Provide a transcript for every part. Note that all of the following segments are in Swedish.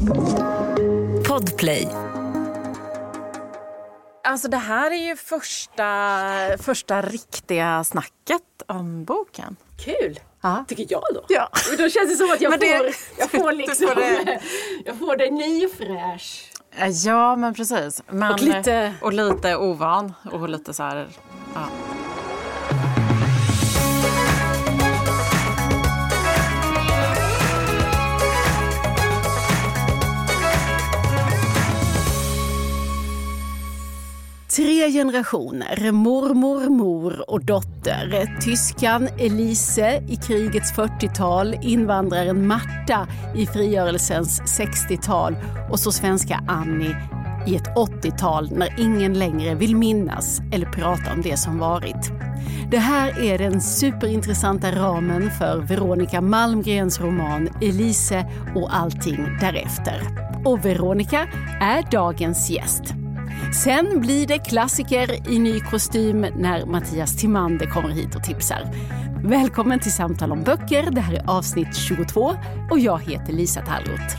Podplay. Alltså det här är ju första riktiga snacket om boken. Kul, tycker jag då. Ja. Då känns det som att jag får det nyfräsch. Ja, men precis. Men, och lite ovan och lite så här, ja. Tre generationer, mormor, mor och dotter. Tyskan Elise i krigets 40-tal, invandraren Marta i frigörelsens 60-tal och så svenska Annie i ett 80-tal när ingen längre vill minnas eller prata om det som varit. Det här är den superintressanta ramen för Veronica Malmgrens roman Elise och allting därefter. Och Veronica är dagens gäst. Sen blir det klassiker i ny kostym när Mattias Timander kommer hit och tipsar. Välkommen till Samtal om böcker. Det här är avsnitt 22 och jag heter Lisa Tallroth.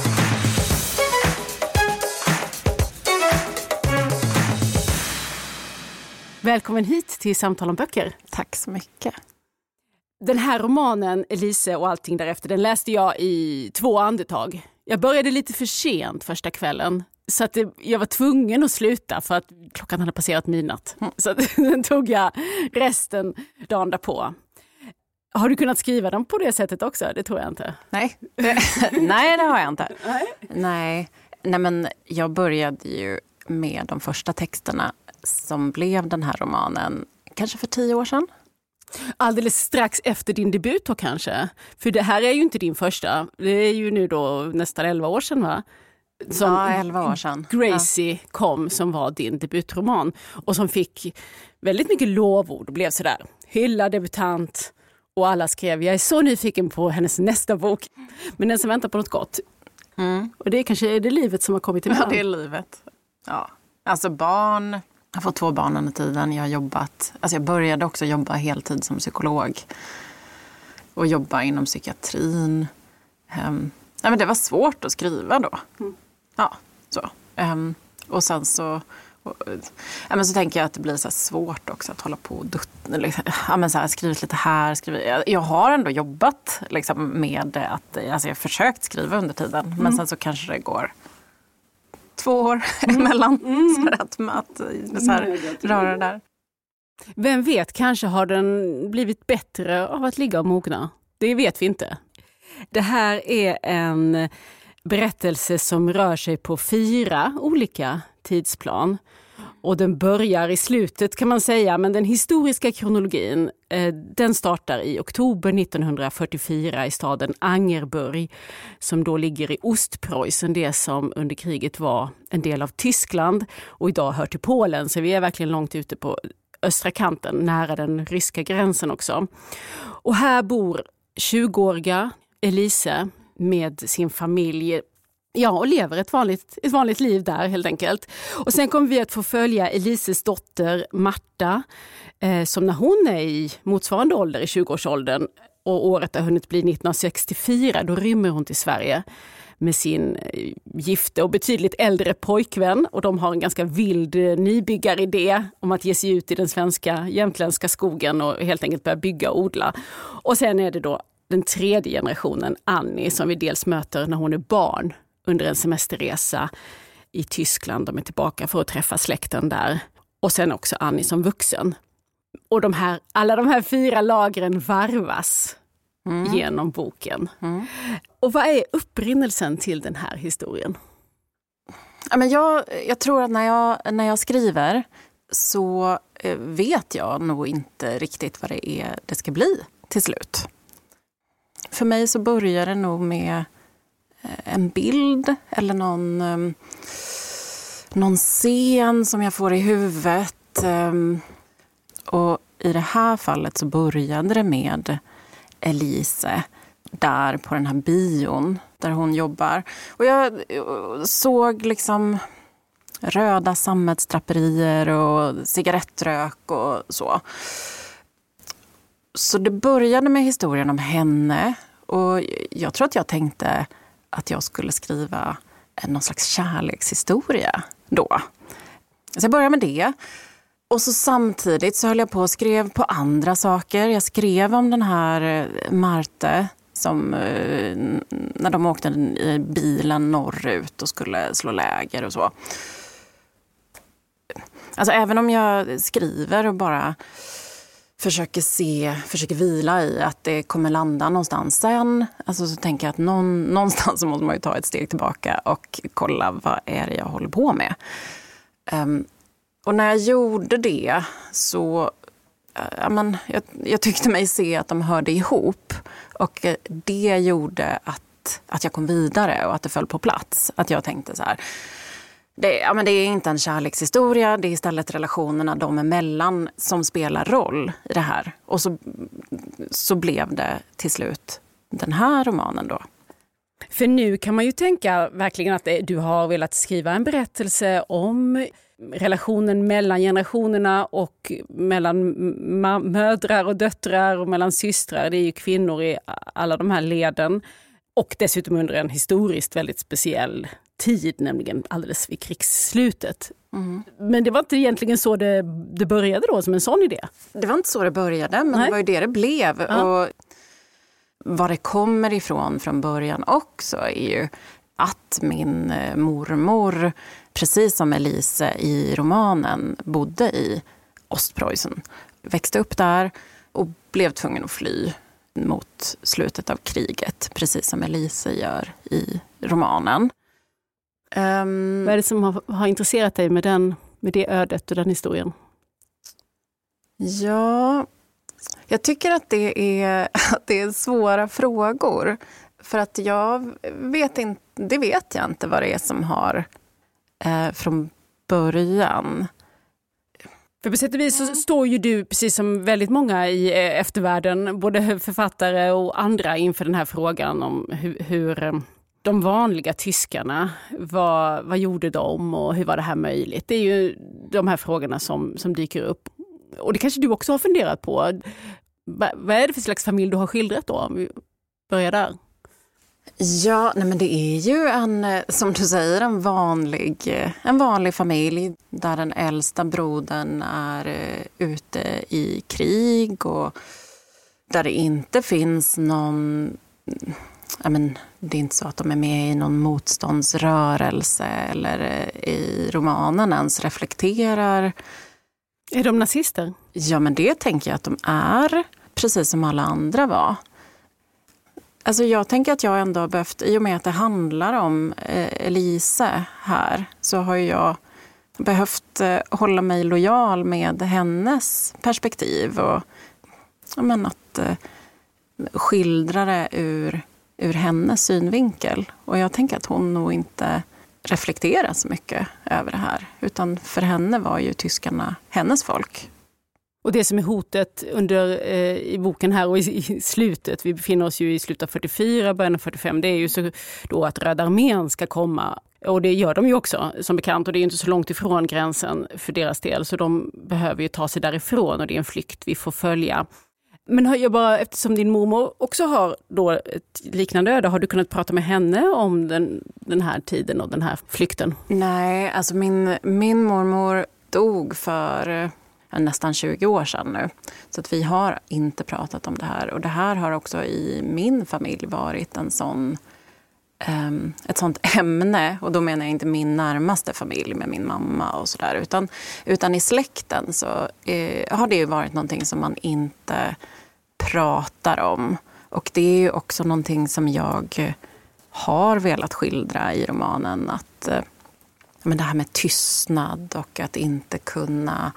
Välkommen hit till Samtal om böcker. Tack så mycket. Den här romanen, Elise och allting därefter, den läste jag i 2 andetag. Jag började lite för sent första kvällen. Så att jag var tvungen att sluta för att klockan hade passerat midnatt. Så att den tog jag resten dagen därpå. Har du kunnat skriva den på det sättet också? Det tror jag inte. Nej, Nej, det har jag inte. Nej, men jag började ju med de första texterna som blev den här romanen kanske för 10 år sedan. Alldeles strax efter din debut då kanske. För det här är ju inte din första. Det är ju nu då nästan 11 år sedan, va? Som 11 år sedan. Gracie kom, som var din debutroman och som fick väldigt mycket lovord och blev sådär hyllad debutant och alla skrev jag är så nyfiken på hennes nästa bok, men den som väntar på något gott. Och det är kanske det livet som har kommit till. Ja, det är livet. Ja. Alltså barn, jag har fått 2 barn under tiden. Jag har jobbat, alltså jag började också jobba heltid som psykolog och jobba inom psykiatrin. Nej, men det var svårt att skriva då. Ja, så. Och sen så men så tänker jag att det blir så här svårt också att hålla på och skrivit lite här. Jag har ändå jobbat liksom med att, alltså jag har försökt skriva under tiden. Men sen så kanske det går 2 år emellan. Så att så här, röra det där. Vem vet, kanske har den blivit bättre av att ligga och mogna. Det vet vi inte. Det här är en berättelse som rör sig på 4 olika tidsplan. Och den börjar i slutet kan man säga, men den historiska kronologin den startar i oktober 1944 i staden Angerburg som då ligger i Ostpreussen, det som under kriget var en del av Tyskland och idag hör till Polen, så vi är verkligen långt ute på östra kanten, nära den ryska gränsen också. Och här bor 20-åriga Elise med sin familj, ja, och lever ett vanligt liv där helt enkelt. Och sen kommer vi att få följa Elises dotter Marta som när hon är i motsvarande ålder, i 20-årsåldern, och året har hunnit bli 1964, då rymmer hon till Sverige med sin gifte och betydligt äldre pojkvän, och de har en ganska vild nybyggaridé om att ge sig ut i den svenska jämtländska skogen och helt enkelt börja bygga och odla. Och sen är det då den 3:e generationen, Annie, som vi dels möter när hon är barn under en semesterresa i Tyskland. De är tillbaka för att träffa släkten där. Och sen också Annie som vuxen. Och alla de här 4 lagren varvas genom boken. Och vad är upprinnelsen till den här historien? Ja, men jag tror att när jag skriver så vet jag nog inte riktigt vad det ska bli till slut. För mig så börjar det nog med en bild eller någon scen som jag får i huvudet. Och i det här fallet så började det med Elise där på den här bion där hon jobbar. Och jag såg liksom röda sammetsdraperier och cigarettrök och så. Så det började med historien om henne, och jag tror att jag tänkte att jag skulle skriva någon slags kärlekshistoria då. Så jag började med det. Och så samtidigt så höll jag på och skrev på andra saker. Jag skrev om den här Marte som när de åkte i bilen norrut och skulle slå läger och så. Alltså även om jag skriver och bara försöker vila i att det kommer landa någonstans sen. Alltså så tänker jag att någonstans så måste man ju ta ett steg tillbaka och kolla vad är det jag håller på med. Och när jag gjorde det så jag tyckte mig se att de hörde ihop. Och det gjorde att jag kom vidare och att det föll på plats. Att jag tänkte så här, det är inte en kärlekshistoria, det är istället relationerna de emellan som spelar roll i det här. Och så blev det till slut den här romanen då. För nu kan man ju tänka verkligen att du har velat skriva en berättelse om relationen mellan generationerna och mellan mödrar och döttrar och mellan systrar. Det är ju kvinnor i alla de här leden. Och dessutom under en historiskt väldigt speciell tid, nämligen alldeles vid krigsslutet. Mm. Men det var inte egentligen så det började då, som en sån idé? Det var inte så det började, men det var ju det blev. Ja. Och var det kommer ifrån från början också är ju att min mormor, precis som Elise i romanen, bodde i Ostpreussen. Växte upp där och blev tvungen att fly mot slutet av kriget, precis som Elise gör i romanen. Vad är det som har intresserat dig med det ödet och den historien? Ja, jag tycker att det är svåra frågor. För att jag vet inte vad det är som har från början. För på sätt och vis så står ju du, precis som väldigt många i eftervärlden, både författare och andra, inför den här frågan om hur de vanliga tyskarna, vad gjorde de och hur var det här möjligt? Det är ju de här frågorna som dyker upp. Och det kanske du också har funderat på. Vad är det för slags familj du har skildrat då? Om vi börjar där. Ja, men det är ju som du säger, en vanlig familj där den äldsta brodern är ute i krig och där det inte finns någon, det är inte så att de är med i någon motståndsrörelse eller i romanen ens reflekterar. Är de nazister? Ja, men det tänker jag att de är, precis som alla andra var. Alltså jag tänker att jag ändå har behövt, i och med att det handlar om Elise här, så har jag behövt hålla mig lojal med hennes perspektiv och att skildra det ur hennes synvinkel. Och jag tänker att hon nog inte reflekterar så mycket över det här, utan för henne var ju tyskarna hennes folk. Och det som är hotet i boken här och i slutet, vi befinner oss ju i slutet av 44, början av 45, det är ju så då att Röda armén ska komma. Och det gör de ju också, som bekant, och det är ju inte så långt ifrån gränsen för deras del, så de behöver ju ta sig därifrån och det är en flykt vi får följa. Men eftersom din mormor också har då ett liknande öde, har du kunnat prata med henne om den här tiden och den här flykten? Nej, alltså min mormor dog för nästan 20 år sedan nu. Så att vi har inte pratat om det här. Och det här har också i min familj varit ett sånt ämne. Och då menar jag inte min närmaste familj med min mamma och sådär. Utan i släkten så har det ju varit någonting som man inte pratar om. Och det är ju också någonting som jag har velat skildra i romanen. Att det här med tystnad och att inte kunna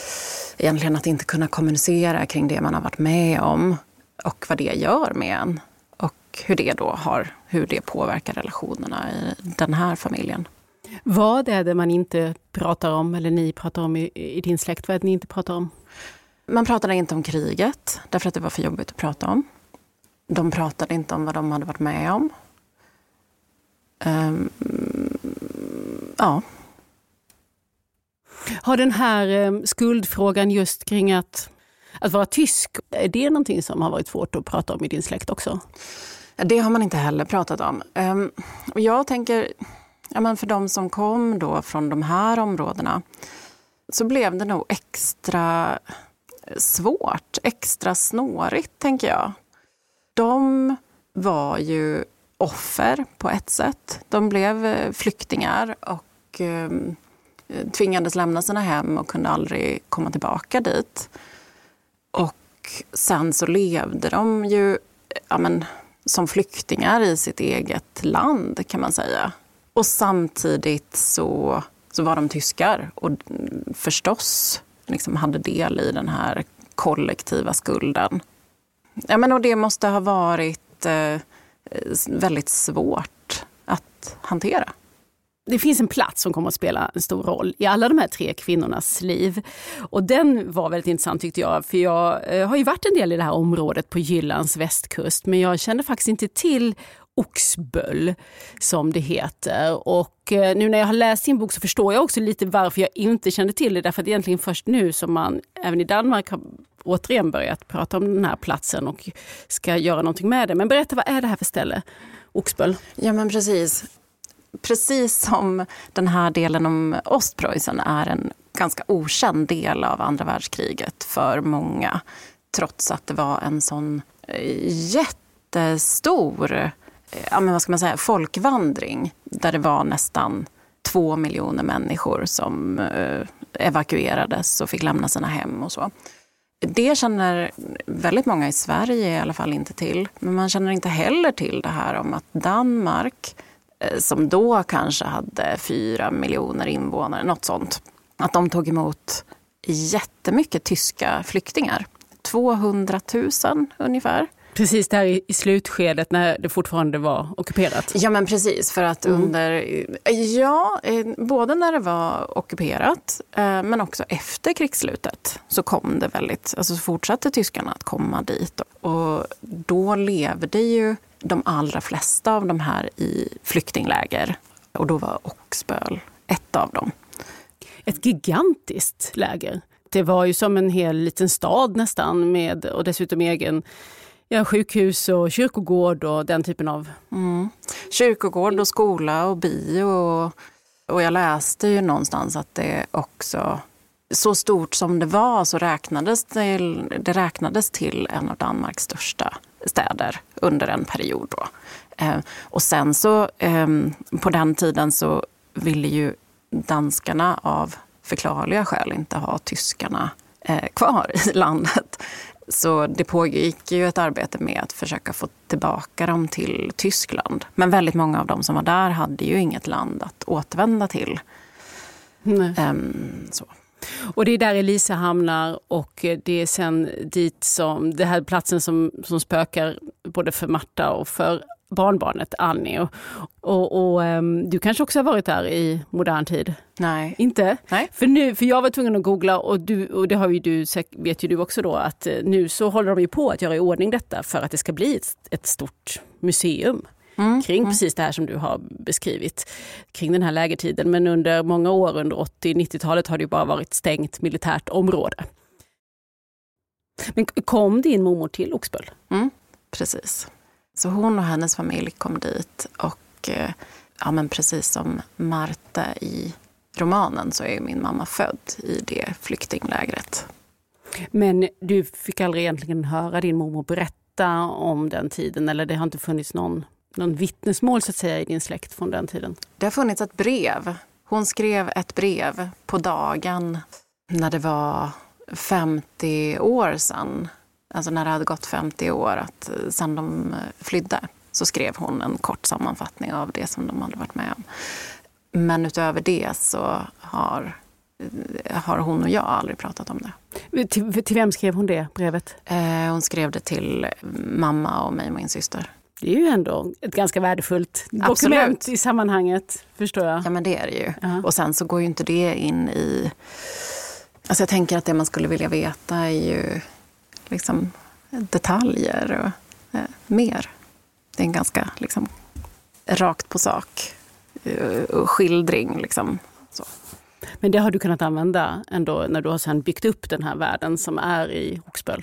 kommunicera kring det man har varit med om och vad det gör med en och hur det påverkar relationerna i den här familjen. Vad är det man inte pratar om eller ni pratar om i din släkt? Vad är det ni inte pratar om? Man pratade inte om kriget därför att det var för jobbigt att prata om. De pratade inte om vad de hade varit med om. Ja. Har den här skuldfrågan just kring att vara tysk, är det någonting som har varit svårt att prata om i din släkt också? Det har man inte heller pratat om. Och jag tänker, för de som kom då från de här områdena så blev det nog extra svårt, extra snårigt tänker jag. De var ju offer på ett sätt. De blev flyktingar och tvingades lämna sina hem och kunde aldrig komma tillbaka dit. Och sen så levde de ju som flyktingar i sitt eget land kan man säga. Och samtidigt så var de tyskar och förstås liksom hade del i den här kollektiva skulden. Och det måste ha varit väldigt svårt att hantera. Det finns en plats som kommer att spela en stor roll i alla de här 3 kvinnornas liv. Och den var väldigt intressant tyckte jag. För jag har ju varit en del i det här området på Jyllands västkust. Men jag kände faktiskt inte till Oxböl som det heter. Och nu när jag har läst din bok så förstår jag också lite varför jag inte kände till det. Därför att egentligen först nu som man även i Danmark har återigen börjat prata om den här platsen och ska göra någonting med det. Men berätta, vad är det här för ställe, Oxböl? Ja men precis. Precis som den här delen om Ostpreussen är en ganska okänd del av andra världskriget för många. Trots att det var en sån jättestor folkvandring där det var nästan 2 miljoner människor som evakuerades och fick lämna sina hem och så. Det känner väldigt många i Sverige i alla fall inte till. Men man känner inte heller till det här om att Danmark, som då kanske hade 4 miljoner invånare, något sånt, att de tog emot jättemycket tyska flyktingar. 200 000 ungefär. Precis där i slutskedet när det fortfarande var ockuperat. Ja men precis, för att både när det var ockuperat men också efter krigsslutet så kom det så fortsatte tyskarna att komma dit. Och då levde ju de allra flesta av de här i flyktingläger och då var Oxböl ett av dem. Ett gigantiskt läger. Det var ju som en hel liten stad nästan och dessutom egen sjukhus och kyrkogård och den typen av... Kyrkogård och skola och bio och jag läste ju någonstans att det också, så stort som det var så räknades till en av Danmarks största städer under en period då. Och sen så på den tiden så ville ju danskarna av förklarliga skäl inte ha tyskarna kvar i landet. Så det pågick ju ett arbete med att försöka få tillbaka dem till Tyskland. Men väldigt många av dem som var där hade ju inget land att återvända till. Så. Och det är där Elisa hamnar och det är sen dit som det här platsen som spökar både för Marta och för barnbarnet Annie. Och du kanske också har varit där i modern tid? Nej. Inte? Nej. För jag var tvungen att googla och det har ju du, vet ju du också då, att nu så håller de ju på att göra i ordning detta för att det ska bli ett stort museum kring precis det här som du har beskrivit kring den här lägertiden. Men under många år, under 80-90-talet har det ju bara varit stängt militärt område. Men kom din mormor till Oxböl? Precis. Så hon och hennes familj kom dit och precis som Marta i romanen så är min mamma född i det flyktinglägret. Men du fick aldrig egentligen höra din mormor berätta om den tiden eller det har inte funnits någon vittnesmål så att säga i din släkt från den tiden? Det har funnits ett brev. Hon skrev ett brev på dagen när det var 50 år sedan. Alltså när det hade gått 50 år att sedan de flydde så skrev hon en kort sammanfattning av det som de hade varit med om. Men utöver det så har hon och jag aldrig pratat om det. Till vem skrev hon det brevet? Hon skrev det till mamma och mig och min syster. Det är ju ändå ett ganska värdefullt dokument i sammanhanget, förstår jag. Ja men det är det ju. Uh-huh. Och sen så går ju inte det in i... Alltså jag tänker att det man skulle vilja veta är ju liksom detaljer och mer. Det är en ganska liksom rakt på sak skildring liksom. Så. Men det har du kunnat använda ändå när du har sedan byggt upp den här världen som är i Oxböl?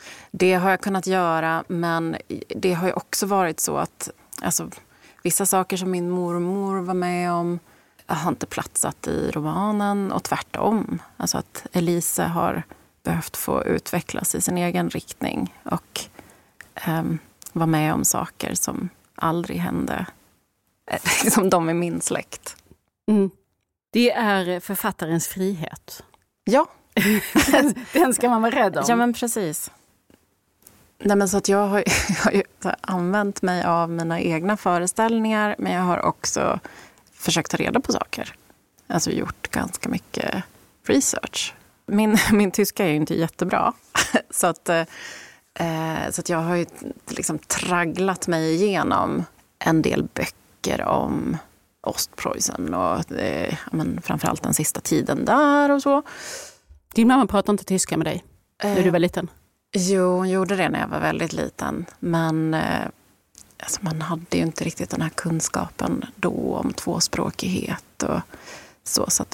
Det har jag kunnat göra, men det har ju också varit så att alltså, vissa saker som min mormor var med om har inte platsat i romanen och tvärtom. Alltså att Elise har behövt få utvecklas i sin egen riktning och vara med om saker som aldrig hände som de i min släkt. Mm. Det är författarens frihet. Ja. Den ska man vara rädd om. Ja, men precis. Nej, men så att jag har ju använt mig av mina egna föreställningar, men jag har också försökt ta reda på saker. Alltså gjort ganska mycket research. Min tyska är ju inte jättebra. så att jag har ju liksom tragglat mig igenom en del böcker om Ostpreussen och men framförallt den sista tiden där och så. Din mamma pratade inte tyska med dig när du var liten? Jo, hon gjorde det när jag var väldigt liten. Men alltså man hade ju inte riktigt den här kunskapen då om tvåspråkighet och så. Så att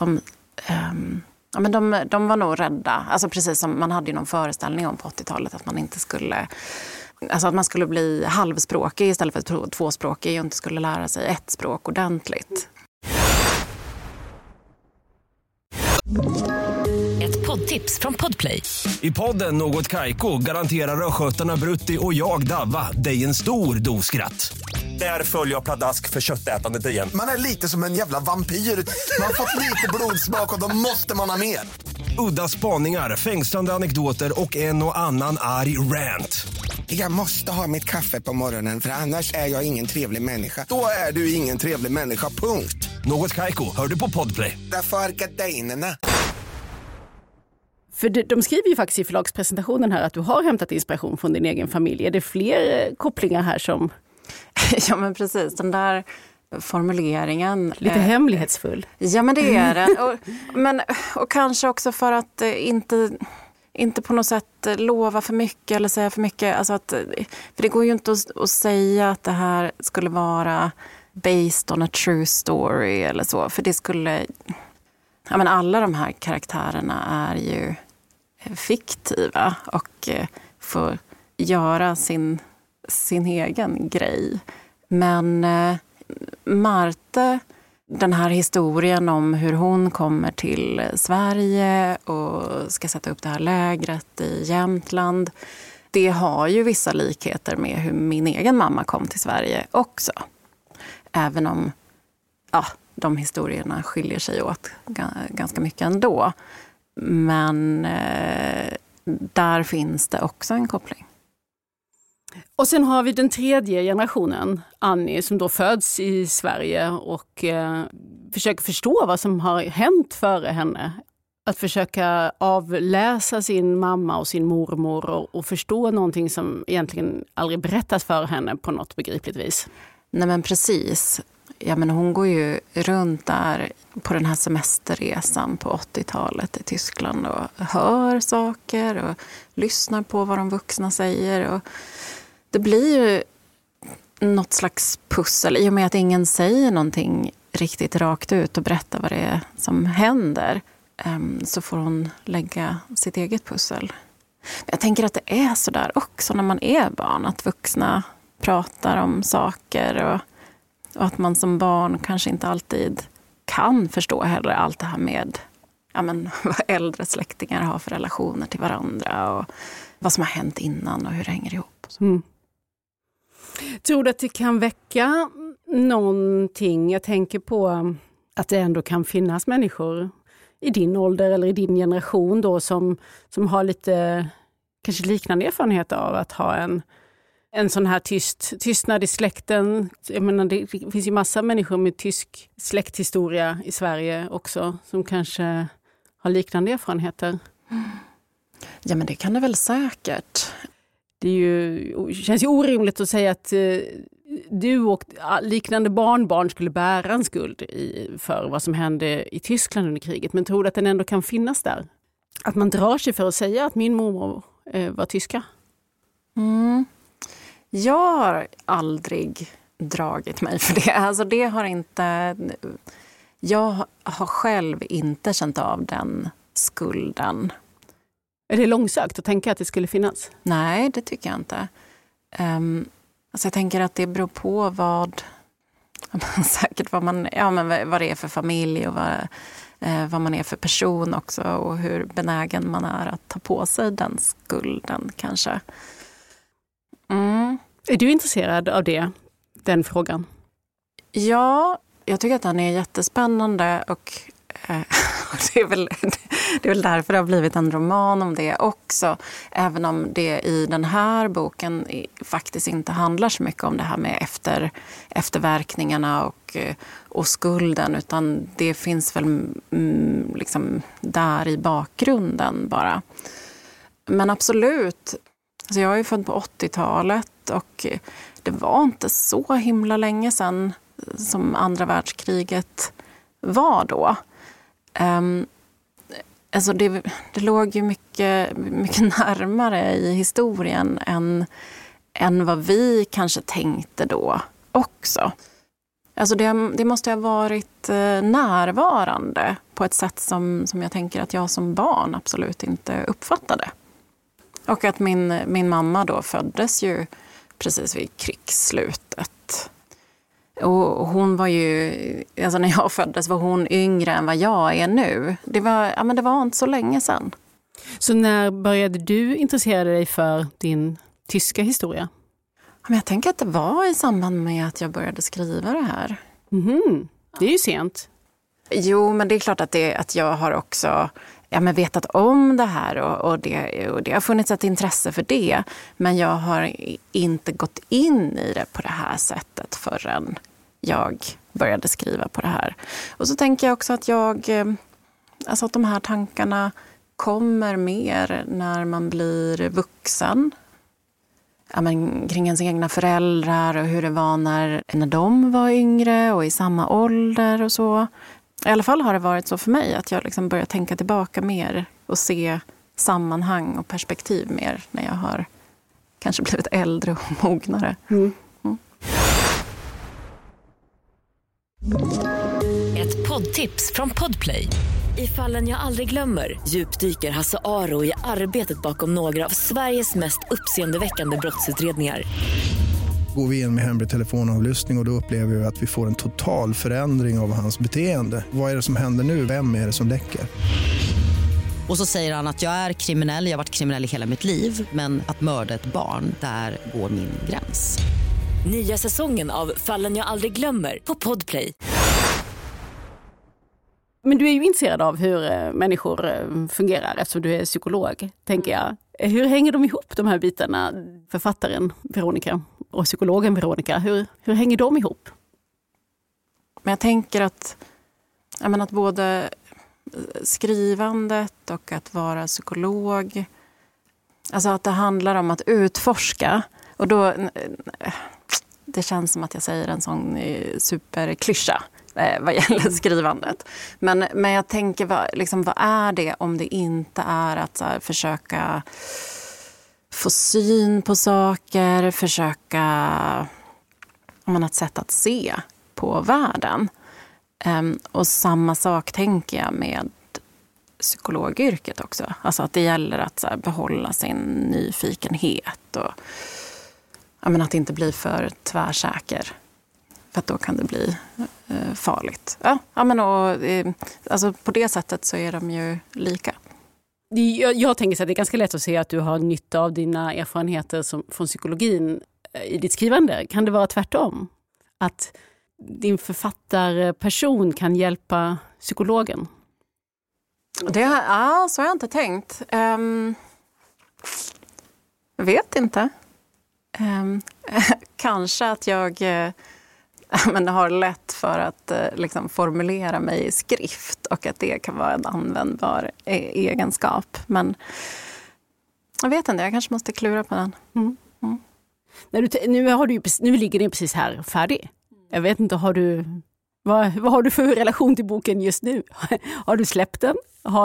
de var nog rädda. Alltså precis som man hade ju någon föreställning om på 80-talet att man inte skulle... Alltså att man skulle bli halvspråkig istället för tvåspråkig och inte skulle lära sig ett språk ordentligt. Ett poddtips från Podplay. I podden Något Kaiko garanterar röskötarna Brutti och jag Davva dig en stor doskratt. Där följer jag pladask för köttätandet igen. Man är lite som en jävla vampyr. Man har fått lite blodsmak och då måste man ha mer. Udda spaningar, fängslande anekdoter och en och annan arg rant. Jag måste ha mitt kaffe på morgonen för annars är jag ingen trevlig människa. Då är du ingen trevlig människa, punkt. Något Kaiko, hör du på Podplay. Därför är gardinerna. För de skriver ju faktiskt i förlagspresentationen här att du har hämtat inspiration från din egen familj. Är det fler kopplingar här som... Ja, men precis. Den där formuleringen... Lite hemlighetsfull. Ja, men det är den. Och kanske också för att inte på något sätt lova för mycket eller säga för mycket. Alltså för det går ju inte att säga att det här skulle vara based on a true story eller så. För det skulle... Ja, men alla de här karaktärerna är ju fiktiva och får göra sin egen grej. Men Marte, den här historien om hur hon kommer till Sverige och ska sätta upp det här lägret i Jämtland, det har ju vissa likheter med hur min egen mamma kom till Sverige också. Även om de historierna skiljer sig åt ganska mycket ändå. Men där finns det också en koppling. Och sen har vi den tredje generationen, Annie, som då föds i Sverige och försöker förstå vad som har hänt före henne. Att försöka avläsa sin mamma och sin mormor och förstå någonting som egentligen aldrig berättas för henne på något begripligt vis. Nej, men precis. Ja, men hon går ju runt där på den här semesterresan på 80-talet i Tyskland och hör saker och lyssnar på vad de vuxna säger. Och det blir ju något slags pussel i och med att ingen säger någonting riktigt rakt ut och berättar vad det är som händer. Så får hon lägga sitt eget pussel. Men jag tänker att det är så där också när man är barn, att vuxna pratar om saker och att man som barn kanske inte alltid kan förstå heller allt det här med vad äldre släktingar har för relationer till varandra och vad som har hänt innan och hur det hänger ihop. Mm. Tror du att det kan väcka någonting? Jag tänker på att det ändå kan finnas människor i din ålder eller i din generation då som har lite kanske liknande erfarenhet av att ha en sån här tystnad i släkten. Jag menar, det finns ju massa människor med tysk släkthistoria i Sverige också som kanske har liknande erfarenheter. Ja, men det kan det väl säkert. Det känns ju orimligt att säga att du och liknande barnbarn skulle bära en skuld för vad som hände i Tyskland under kriget. Men tror du att den ändå kan finnas där? Att man drar sig för att säga att min mormor var tyska? Jag har aldrig dragit mig för det. Alltså det har inte... Jag har själv inte känt av den skulden. Är det långsökt att tänka att det skulle finnas? Nej, det tycker jag inte. Alltså jag tänker att det beror på säkert vad det är för familj och vad man är för person också och hur benägen man är att ta på sig den skulden kanske. Är du intresserad av den frågan? Ja, jag tycker att den är jättespännande och det är väl därför det har blivit en roman om det också. Även om det i den här boken faktiskt inte handlar så mycket om det här med efterverkningarna och skulden, utan det finns väl liksom där i bakgrunden bara. Men absolut, alltså jag är född på 80-talet och det var inte så himla länge sedan som andra världskriget var då. Alltså det låg ju mycket närmare i historien än vad vi kanske tänkte då också. Alltså det måste ha varit närvarande på ett sätt som jag tänker att jag som barn absolut inte uppfattade. Och att min mamma då föddes ju precis vid krigsslutet. Och hon var ju, alltså när jag föddes var hon yngre än vad jag är nu. Det var inte så länge sedan. Så när började du intressera dig för din tyska historia? Men jag tänker att det var i samband med att jag började skriva det här. Det är ju sent. Jo, men det är klart att jag har också vetat om det här och det har funnits ett intresse för det. Men jag har inte gått in i det på det här sättet förrän jag började skriva på det här. Och så tänker jag också att att de här tankarna kommer mer när man blir vuxen. Kring ens egna föräldrar och hur det var när de var yngre och i samma ålder och så. I alla fall har det varit så för mig att jag liksom börjar tänka tillbaka mer och se sammanhang och perspektiv mer när jag har kanske blivit äldre och mognare. Ett poddtips från Podplay. I Fallen jag aldrig glömmer djupdyker Hasse Aro i arbetet bakom några av Sveriges mest uppseendeväckande brottsutredningar. Går vi in med hemlig telefonavlyssning och då upplever vi att vi får en total förändring av hans beteende. Vad är det som händer nu? Vem är det som läcker? Och så säger han att jag är kriminell, jag har varit kriminell i hela mitt liv. Men att mörda ett barn, där går min gräns. Nya säsongen av Fallen jag aldrig glömmer på Podplay. Men du är ju intresserad av hur människor fungerar eftersom du är psykolog, tänker jag. Hur hänger de ihop, de här bitarna? Författaren Veronica och psykologen Veronica, hur hänger de ihop? Men jag tänker att både skrivandet och att vara psykolog, alltså att det handlar om att utforska. Och då, det känns som att jag säger en sån superklyscha vad gäller skrivandet. Men jag tänker, vad är det om det inte är att så här, försöka få syn på saker, försöka ett sätt att se på världen. Och samma sak tänker jag med psykologyrket också. Alltså att det gäller att så här, behålla sin nyfikenhet och att inte bli för tvärsäker. För att då kan det bli farligt. Alltså på det sättet så är de ju lika. Jag tänker så att det är ganska lätt att se att du har nytta av dina erfarenheter från psykologin i ditt skrivande. Kan det vara tvärtom? Att din författarperson kan hjälpa psykologen? Så har jag inte tänkt. Jag vet inte. Kanske att jag har lätt för att formulera mig i skrift och att det kan vara en användbar egenskap. Men jag vet inte, jag kanske måste klura på den. Nu ligger den precis här färdig. Jag vet inte, vad har du för relation till boken just nu? Har du släppt den?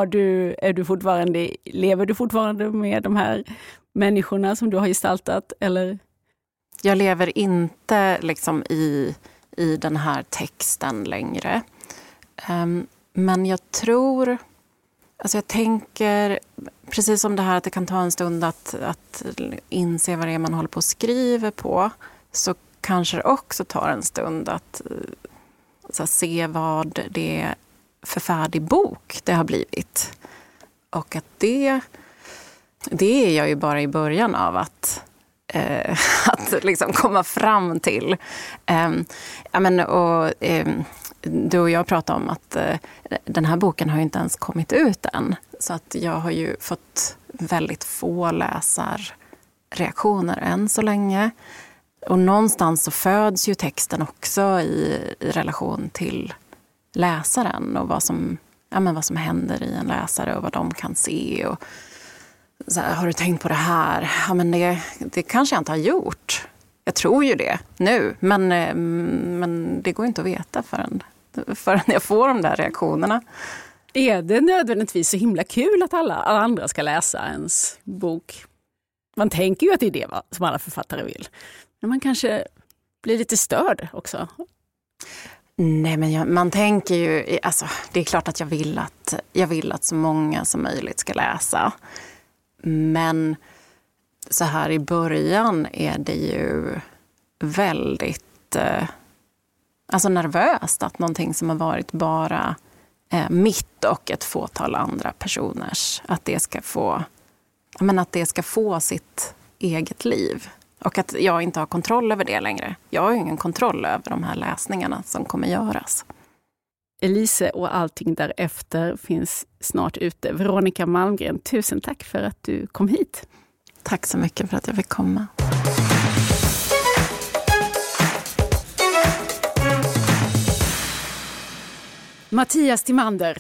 Lever du fortfarande med de här människorna som du har gestaltat? Eller? Jag lever inte i den här texten längre. Men jag tror Alltså jag tänker, precis som det här att det kan ta en stund att inse vad det är man håller på och skriver på, så kanske det också tar en stund att se vad det är för färdig bok det har blivit. Och att det är jag ju bara i början av att liksom komma fram till. Du och jag pratade om att den här boken har ju inte ens kommit ut än. Så att jag har ju fått väldigt få läsarreaktioner än så länge. Och någonstans så föds ju texten också i relation till läsaren och vad som händer i en läsare och vad de kan se. Och så här, har du tänkt på det här? Ja, men det kanske jag inte har gjort. Jag tror ju det nu, men det går inte att veta förrän jag får de där reaktionerna. Är det nödvändigtvis så himla kul att alla andra ska läsa ens bok? Man tänker ju att det är det som alla författare vill. Men man kanske blir lite störd också. Nej, men man tänker ju... Alltså, det är klart att jag vill att så många som möjligt ska läsa. Men så här i början är det ju väldigt nervöst att någonting som har varit bara mitt och ett fåtal andra personers, att det ska få sitt eget liv. Och att jag inte har kontroll över det längre. Jag har ju ingen kontroll över de här läsningarna som kommer göras. Elise och allting därefter finns snart ute. Veronica Malmgren, tusen tack för att du kom hit. Tack så mycket för att jag fick komma. Mattias Timander.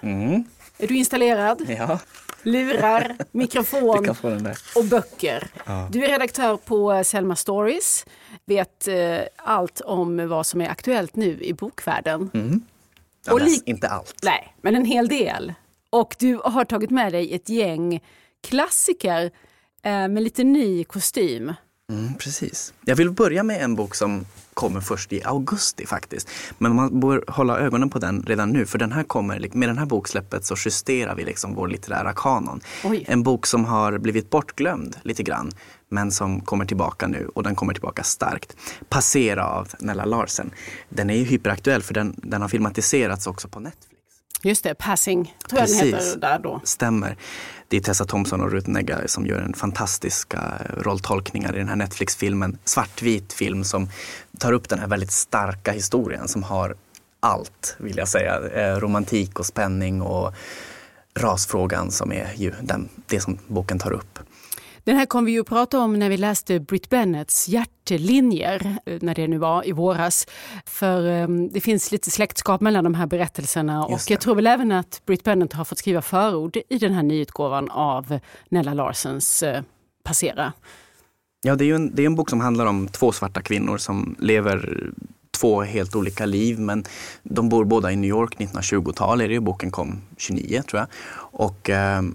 Är du installerad? Ja. Lurar, mikrofon och böcker. Ja. Du är redaktör på Selma Stories. Vet allt om vad som är aktuellt nu i bokvärlden. Ja, inte allt. Nej, men en hel del. Och du har tagit med dig ett gäng klassiker med lite ny kostym. Precis. Jag vill börja med en bok som kommer först i augusti faktiskt. Men man bör hålla ögonen på den redan nu. För den här med den här boksläppet så justerar vi liksom vår litterära kanon. Oj. En bok som har blivit bortglömd lite grann. Men som kommer tillbaka nu. Och den kommer tillbaka starkt. Passera av Nella Larsen. Den är ju hyperaktuell för den har filmatiserats också på Netflix. Just det, Passing tror jag den heter där då. Stämmer. Det är Tessa Thompson och Ruth Negga som gör en fantastiska rolltolkningar i den här Netflix-filmen. Svartvit film som tar upp den här väldigt starka historien som har allt, vill jag säga. Romantik och spänning och rasfrågan som är ju det som boken tar upp. Den här kom vi ju att prata om när vi läste Brit Bennets Hjärtelinjer, när det nu var i våras. För det finns lite släktskap mellan de här berättelserna. Och jag tror väl även att Brit Bennett har fått skriva förord i den här nyutgåvan av Nella Larsens Passera. Ja, det är en bok som handlar om två svarta kvinnor som lever två helt olika liv. Men de bor båda i New York 1920-tal. Boken kom 29 tror jag. Och...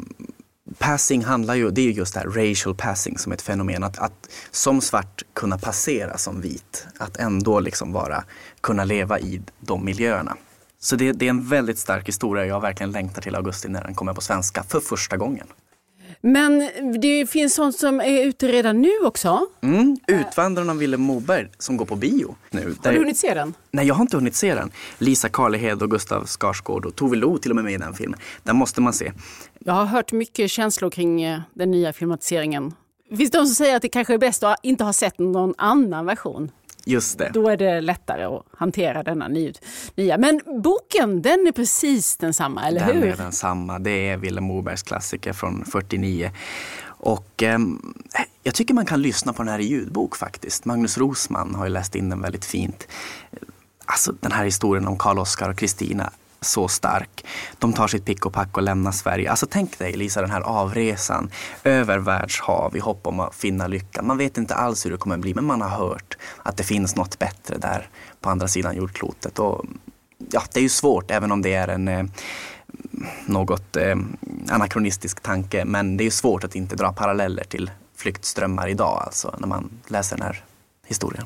Passing handlar ju, det är ju just det här racial passing som ett fenomen. Att som svart kunna passera som vit. Att ändå liksom kunna leva i de miljöerna. Så det är en väldigt stark historia. Jag verkligen längtar till augusti när den kommer på svenska för första gången. Men det finns sånt som är ute redan nu också. Utvandrarna av Vilhelm Moberg som går på bio nu. Har du hunnit se den? Nej, jag har inte hunnit se den. Lisa Karlehed och Gustav Skarsgård och Tove Lo till och med i den filmen. Den måste man se. Jag har hört mycket känslor kring den nya filmatiseringen. Finns det de som säger att det kanske är bäst att inte ha sett någon annan version? Just det. Då är det lättare att hantera denna nya. Men boken, den är precis densamma, eller hur? Den är densamma. Det är Vilhelm Mobergs klassiker från 49. Och jag tycker man kan lyssna på den här i ljudbok faktiskt. Magnus Rosman har ju läst in den väldigt fint. Alltså den här historien om Karl Oskar och Kristina, så stark. De tar sitt pick och pack och lämnar Sverige. Alltså tänk dig Lisa, den här avresan över världshav i hopp om att finna lyckan. Man vet inte alls hur det kommer bli, men man har hört att det finns något bättre där på andra sidan jordklotet. Och ja, det är ju svårt även om det är en något anakronistisk tanke, men det är ju svårt att inte dra paralleller till flyktströmmar idag alltså när man läser den här historien.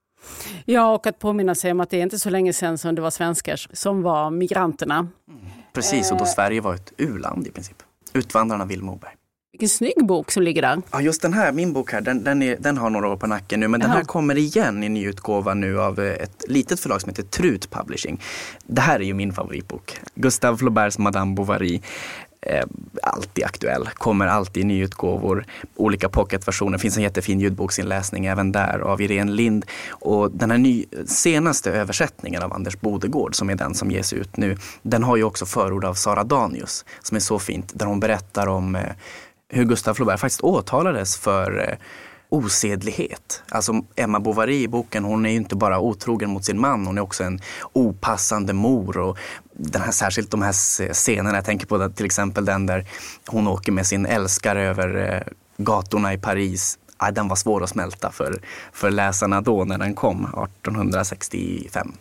Ja, och att påminna sig om att det är inte så länge sedan som det var svenskar som var migranterna. Precis, och då Sverige var ett u-land i princip. Utvandrarna Vilhelm Moberg. Vilken snygg bok som ligger där. Ja, just den här, min bok här, den har några år på nacken nu. Men den här kommer igen i nyutgåva nu av ett litet förlag som heter Trut Publishing. Det här är ju min favoritbok. Gustave Flauberts Madame Bovary. Alltid aktuell, kommer alltid i nyutgåvor, olika pocketversioner. Finns en jättefin ljudboksinläsning även där av Irene Lind. Och den här senaste översättningen av Anders Bodegård, som är den som ges ut nu, den har ju också förord av Sara Danius, som är så fint, där hon berättar om hur Gustave Flaubert faktiskt åtalades för osedlighet. Alltså Emma Bovary i boken, hon är ju inte bara otrogen mot sin man, hon är också en opassande mor. Och särskilt de här scenerna, jag tänker på till exempel den där hon åker med sin älskare över gatorna i Paris. Den var svår att smälta för läsarna då när den kom 1865.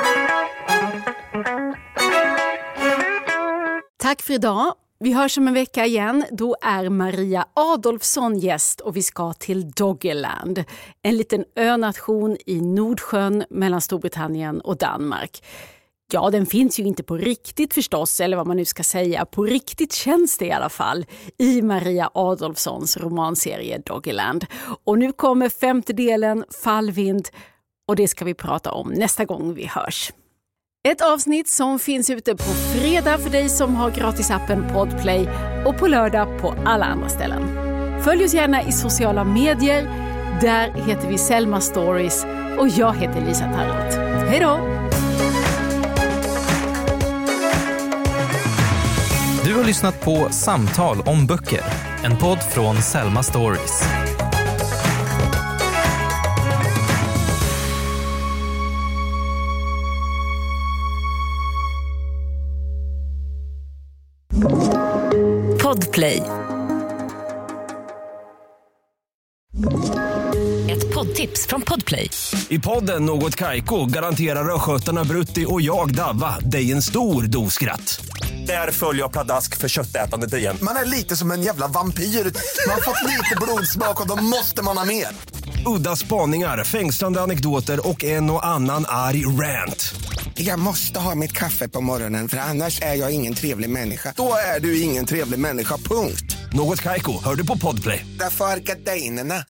Tack för idag. Vi hörs om en vecka igen. Då är Maria Adolfsson gäst och vi ska till Doggerland. En liten önation i Nordsjön mellan Storbritannien och Danmark. Ja, den finns ju inte på riktigt förstås, eller vad man nu ska säga. På riktigt känns det i alla fall i Maria Adolfssons romanserie Doggerland. Och nu kommer 5:e delen, Fallvind, och det ska vi prata om nästa gång vi hörs. Ett avsnitt som finns ute på fredag för dig som har gratisappen Podplay och på lördag på alla andra ställen. Följ oss gärna i sociala medier. Där heter vi Selma Stories och jag heter Lisa Tallroth. Hej då! Du har lyssnat på Samtal om böcker. En podd från Selma Stories. Podplay. Ett poddtips från Podplay. I podden Något Kaiko garanterar röskötarna Brutti och jag Davva dig en stor doskratt. Där följer jag pladask för köttätandet igen. Man är lite som en jävla vampyr. Man har fått lite blodsmak och då måste man ha mer. Udda spaningar, fängslande anekdoter och en och annan arg rant. Jag måste ha mitt kaffe på morgonen, för annars är jag ingen trevlig människa. Då är du ingen trevlig människa, punkt. Något Kaiko, hör du på Podplay. Därför är gardinerna.